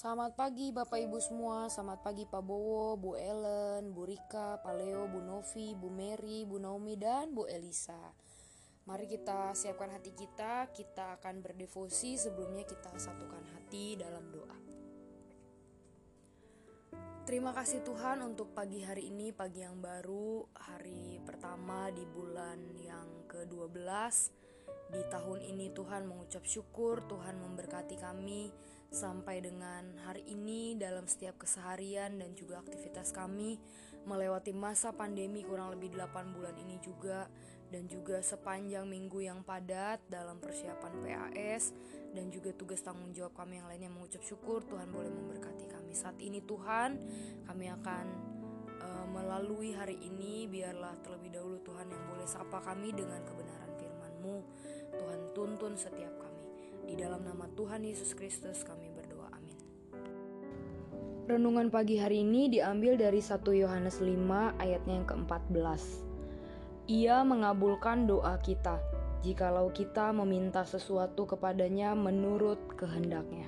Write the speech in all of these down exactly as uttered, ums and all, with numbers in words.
Selamat pagi Bapak Ibu semua, selamat pagi Pak Bowo, Bu Ellen, Bu Rika, Pak Leo, Bu Novi, Bu Mary, Bu Naomi, dan Bu Elisa. Mari kita siapkan hati kita, kita akan berdevosi. Sebelumnya kita satukan hati dalam doa. Terima kasih Tuhan untuk pagi hari ini, pagi yang baru, hari pertama di bulan yang kedua belas. Di tahun ini Tuhan mengucap syukur, Tuhan memberkati kami sampai dengan hari ini dalam setiap keseharian dan juga aktivitas kami melewati masa pandemi kurang lebih delapan bulan ini juga, dan juga sepanjang minggu yang padat dalam persiapan P A S dan juga tugas tanggung jawab kami yang lainnya. Mengucap syukur Tuhan boleh memberkati kami saat ini. Tuhan, kami akan uh, melalui hari ini, biarlah terlebih dahulu Tuhan yang boleh sapa kami dengan kebenaran firman-Mu. Tuhan tuntun setiap kami. Di dalam nama Tuhan Yesus Kristus kami berdoa, amin. Renungan pagi hari ini diambil dari satu Yohanes lima ayatnya yang keempat belas. Ia mengabulkan doa kita, jikalau kita meminta sesuatu kepadanya menurut kehendaknya.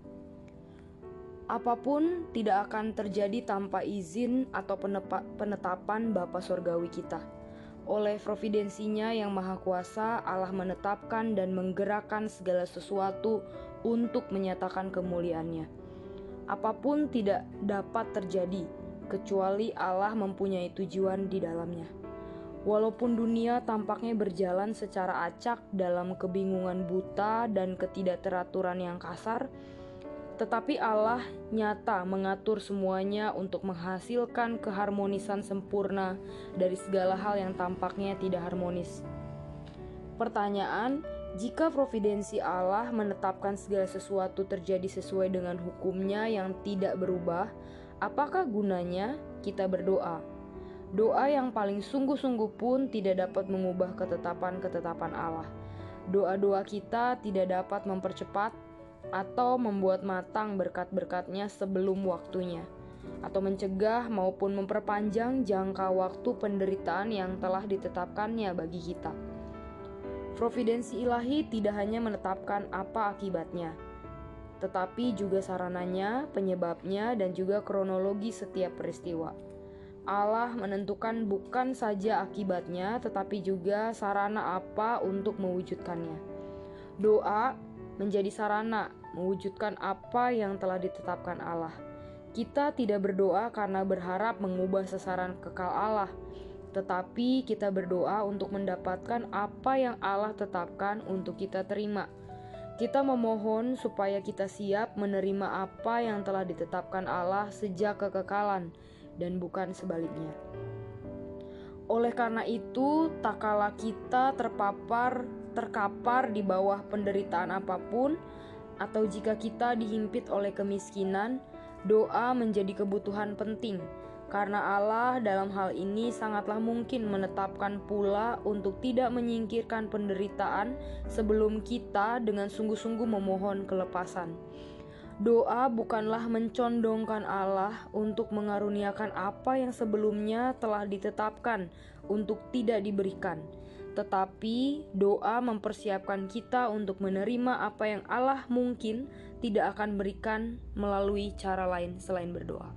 Apapun tidak akan terjadi tanpa izin atau penetapan Bapa Sorgawi kita. Oleh providensinya yang maha kuasa, Allah menetapkan dan menggerakkan segala sesuatu untuk menyatakan kemuliaannya. Apapun tidak dapat terjadi, kecuali Allah mempunyai tujuan di dalamnya. Walaupun dunia tampaknya berjalan secara acak dalam kebingungan buta dan ketidakteraturan yang kasar, tetapi Allah nyata mengatur semuanya untuk menghasilkan keharmonisan sempurna dari segala hal yang tampaknya tidak harmonis. Pertanyaan, jika providensi Allah menetapkan segala sesuatu terjadi sesuai dengan hukumnya yang tidak berubah, apakah gunanya kita berdoa? Doa yang paling sungguh-sungguh pun tidak dapat mengubah ketetapan-ketetapan Allah. Doa-doa kita tidak dapat mempercepat atau membuat matang berkat-berkatnya sebelum waktunya, atau mencegah maupun memperpanjang jangka waktu penderitaan yang telah ditetapkannya bagi kita. Providensi ilahi tidak hanya menetapkan apa akibatnya, tetapi juga sarananya, penyebabnya, dan juga kronologi setiap peristiwa. Allah menentukan bukan saja akibatnya, tetapi juga sarana apa untuk mewujudkannya. Doa menjadi sarana mewujudkan apa yang telah ditetapkan Allah. Kita tidak berdoa karena berharap mengubah sasaran kekal Allah, tetapi kita berdoa untuk mendapatkan apa yang Allah tetapkan untuk kita terima. Kita memohon supaya kita siap menerima apa yang telah ditetapkan Allah sejak kekekalan dan bukan sebaliknya. Oleh karena itu, tak kala kita terpapar terkapar di bawah penderitaan apapun, atau jika kita dihimpit oleh kemiskinan, doa menjadi kebutuhan penting, karena Allah dalam hal ini sangatlah mungkin menetapkan pula untuk tidak menyingkirkan penderitaan sebelum kita dengan sungguh-sungguh memohon kelepasan. Doa bukanlah mencondongkan Allah untuk mengaruniakan apa yang sebelumnya telah ditetapkan untuk tidak diberikan, tetapi doa mempersiapkan kita untuk menerima apa yang Allah mungkin tidak akan berikan melalui cara lain selain berdoa.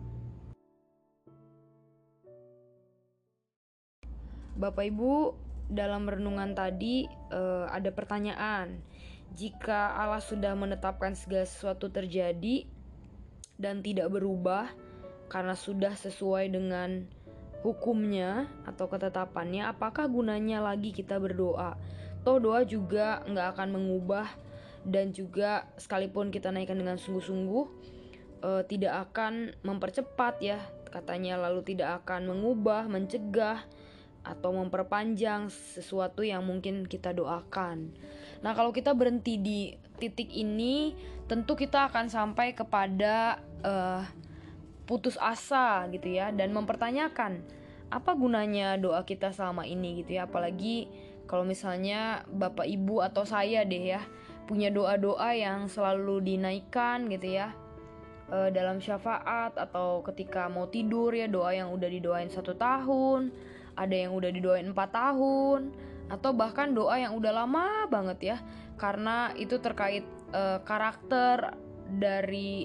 Bapak Ibu, dalam renungan tadi eh, ada pertanyaan. Jika Allah sudah menetapkan segala sesuatu terjadi dan tidak berubah karena sudah sesuai dengan hukumnya atau ketetapannya, apakah gunanya lagi kita berdoa? Toh doa juga gak akan mengubah, dan juga sekalipun kita naikkan dengan sungguh-sungguh eh, tidak akan mempercepat ya katanya, lalu tidak akan mengubah, mencegah, atau memperpanjang sesuatu yang mungkin kita doakan. Nah, kalau kita berhenti di titik ini, tentu kita akan sampai kepada uh, putus asa gitu ya, dan mempertanyakan apa gunanya doa kita selama ini gitu ya. Apalagi kalau misalnya Bapak Ibu atau saya deh ya punya doa-doa yang selalu dinaikkan gitu ya, uh, dalam syafaat atau ketika mau tidur ya, doa yang udah didoain satu tahun, ada yang udah didoain empat tahun, atau bahkan doa yang udah lama banget ya, karena itu terkait e, karakter dari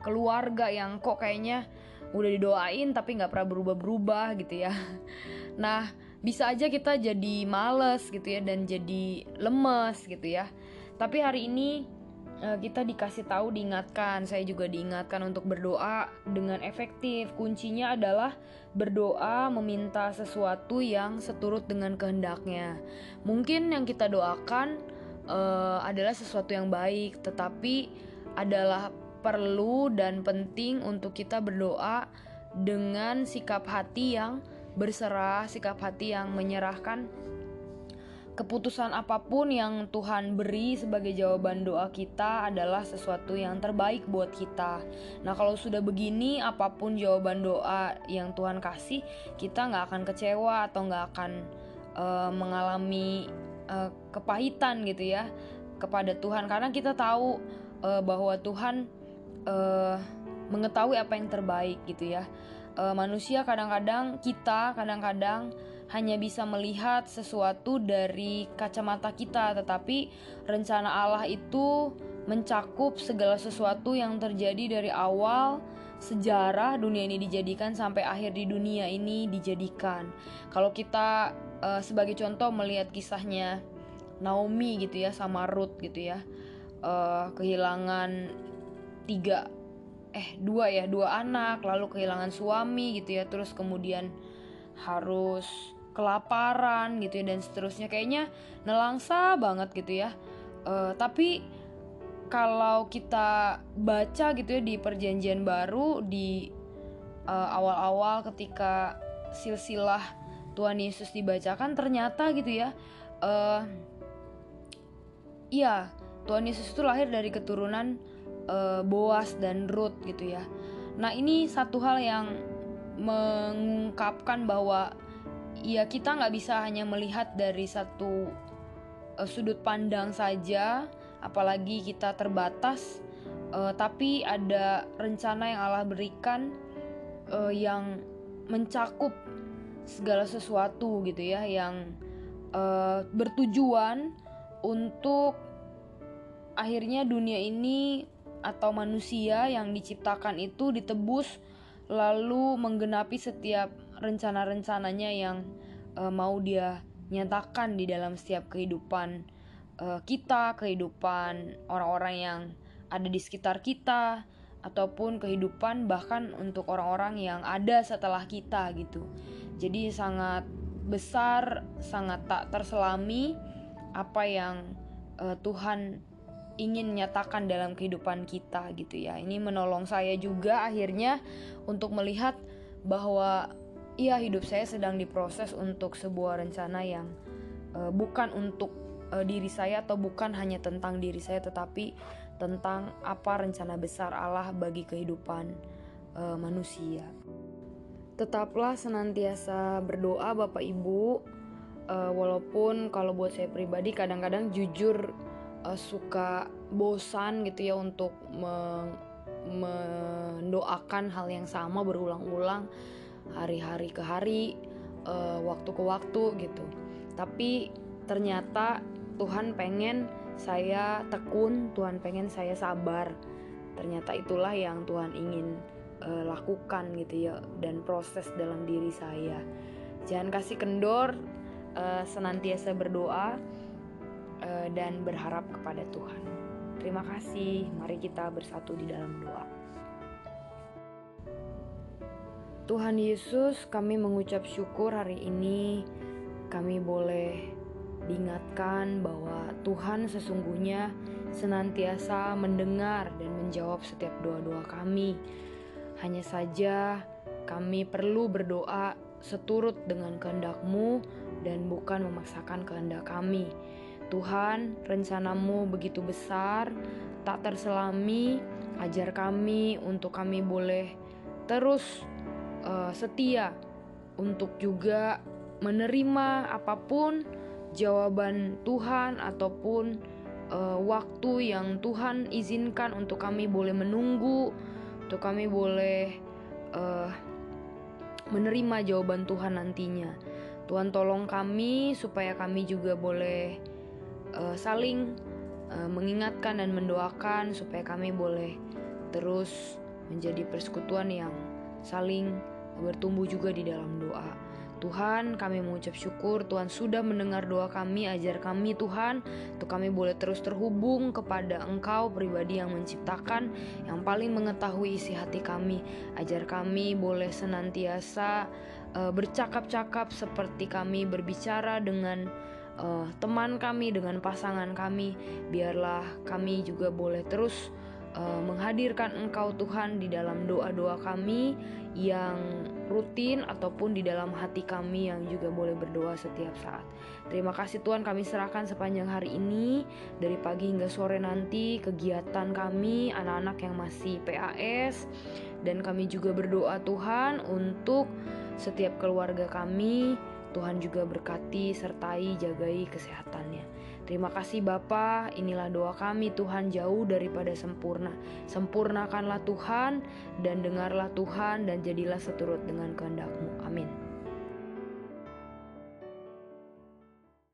keluarga yang kok kayaknya udah didoain tapi gak pernah berubah-berubah gitu ya. Nah, bisa aja kita jadi males gitu ya, dan jadi lemes gitu ya. Tapi hari ini kita dikasih tahu, diingatkan, saya juga diingatkan untuk berdoa dengan efektif. Kuncinya adalah berdoa meminta sesuatu yang seturut dengan kehendaknya. Mungkin yang kita doakan uh, adalah sesuatu yang baik, tetapi adalah perlu dan penting untuk kita berdoa dengan sikap hati yang berserah, sikap hati yang menyerahkan keputusan apapun yang Tuhan beri sebagai jawaban doa kita adalah sesuatu yang terbaik buat kita. Nah, kalau sudah begini, apapun jawaban doa yang Tuhan kasih, kita gak akan kecewa atau gak akan uh, mengalami uh, kepahitan gitu ya kepada Tuhan. Karena kita tahu uh, bahwa Tuhan uh, mengetahui apa yang terbaik gitu ya. Uh, manusia kadang-kadang, kita kadang-kadang hanya bisa melihat sesuatu dari kacamata kita, tetapi rencana Allah itu mencakup segala sesuatu yang terjadi dari awal sejarah dunia ini dijadikan sampai akhir di dunia ini dijadikan. Kalau kita uh, sebagai contoh melihat kisahnya Naomi gitu ya sama Ruth gitu ya, uh, kehilangan tiga eh dua ya dua anak, lalu kehilangan suami gitu ya, terus kemudian harus kelaparan gitu ya, dan seterusnya. Kayaknya nelangsa banget gitu ya. Uh, tapi kalau kita baca gitu ya di perjanjian baru, di uh, awal-awal ketika silsilah Tuhan Yesus dibacakan, ternyata gitu ya, uh, iya Tuhan Yesus itu lahir dari keturunan uh, Boas dan Ruth gitu ya. Nah, ini satu hal yang mengungkapkan bahwa ya kita nggak bisa hanya melihat dari satu uh, sudut pandang saja, apalagi kita terbatas, uh, tapi ada rencana yang Allah berikan uh, yang mencakup segala sesuatu gitu ya, yang uh, bertujuan untuk akhirnya dunia ini atau manusia yang diciptakan itu ditebus, lalu menggenapi setiap rencana-rencananya yang uh, mau dia nyatakan di dalam setiap kehidupan uh, kita, kehidupan orang-orang yang ada di sekitar kita, ataupun kehidupan bahkan untuk orang-orang yang ada setelah kita gitu. Jadi sangat besar, sangat tak terselami apa yang uh, Tuhan ingin nyatakan dalam kehidupan kita gitu ya. Ini menolong saya juga akhirnya untuk melihat bahwa iya, hidup saya sedang diproses untuk sebuah rencana yang uh, bukan untuk uh, diri saya, atau bukan hanya tentang diri saya, tetapi tentang apa rencana besar Allah bagi kehidupan uh, manusia. Tetaplah senantiasa berdoa Bapak Ibu, uh, walaupun kalau buat saya pribadi kadang-kadang jujur uh, suka bosan gitu ya untuk me- mendoakan hal yang sama berulang-ulang, hari-hari ke hari, uh, waktu ke waktu gitu. Tapi ternyata Tuhan pengen saya tekun, Tuhan pengen saya sabar. Ternyata itulah yang Tuhan ingin uh, lakukan gitu ya, dan proses dalam diri saya. Jangan kasih kendor, uh, senantiasa berdoa uh, dan berharap kepada Tuhan. Terima kasih. Mari kita bersatu di dalam doa. Tuhan Yesus, kami mengucap syukur hari ini kami boleh diingatkan bahwa Tuhan sesungguhnya senantiasa mendengar dan menjawab setiap doa-doa kami. Hanya saja kami perlu berdoa seturut dengan kehendak-Mu dan bukan memaksakan kehendak kami. Tuhan, rencana-Mu begitu besar, tak terselami. Ajar kami untuk kami boleh terus Uh, setia untuk juga menerima apapun jawaban Tuhan ataupun uh, waktu yang Tuhan izinkan untuk kami boleh menunggu, untuk kami boleh uh, menerima jawaban Tuhan nantinya. Tuhan tolong kami supaya kami juga boleh uh, saling uh, mengingatkan dan mendoakan supaya kami boleh terus menjadi persekutuan yang saling bertumbuh juga di dalam doa. Tuhan, kami mengucap syukur Tuhan sudah mendengar doa kami. Ajar kami Tuhan, untuk kami boleh terus terhubung kepada Engkau pribadi yang menciptakan, yang paling mengetahui isi hati kami. Ajar kami boleh senantiasa uh, bercakap-cakap seperti kami berbicara dengan uh, teman kami, dengan pasangan kami. Biarlah kami juga boleh terus uh, menghadirkan Engkau Tuhan di dalam doa-doa kami yang rutin ataupun di dalam hati kami yang juga boleh berdoa setiap saat. Terima kasih Tuhan, kami serahkan sepanjang hari ini, dari pagi hingga sore nanti kegiatan kami, anak-anak yang masih P A S, dan kami juga berdoa Tuhan untuk setiap keluarga kami. Tuhan juga berkati, sertai, jagai kesehatannya. Terima kasih Bapa, inilah doa kami Tuhan, jauh daripada sempurna. Sempurnakanlah Tuhan, dan dengarlah Tuhan, dan jadilah seturut dengan kehendak-Mu. Amin.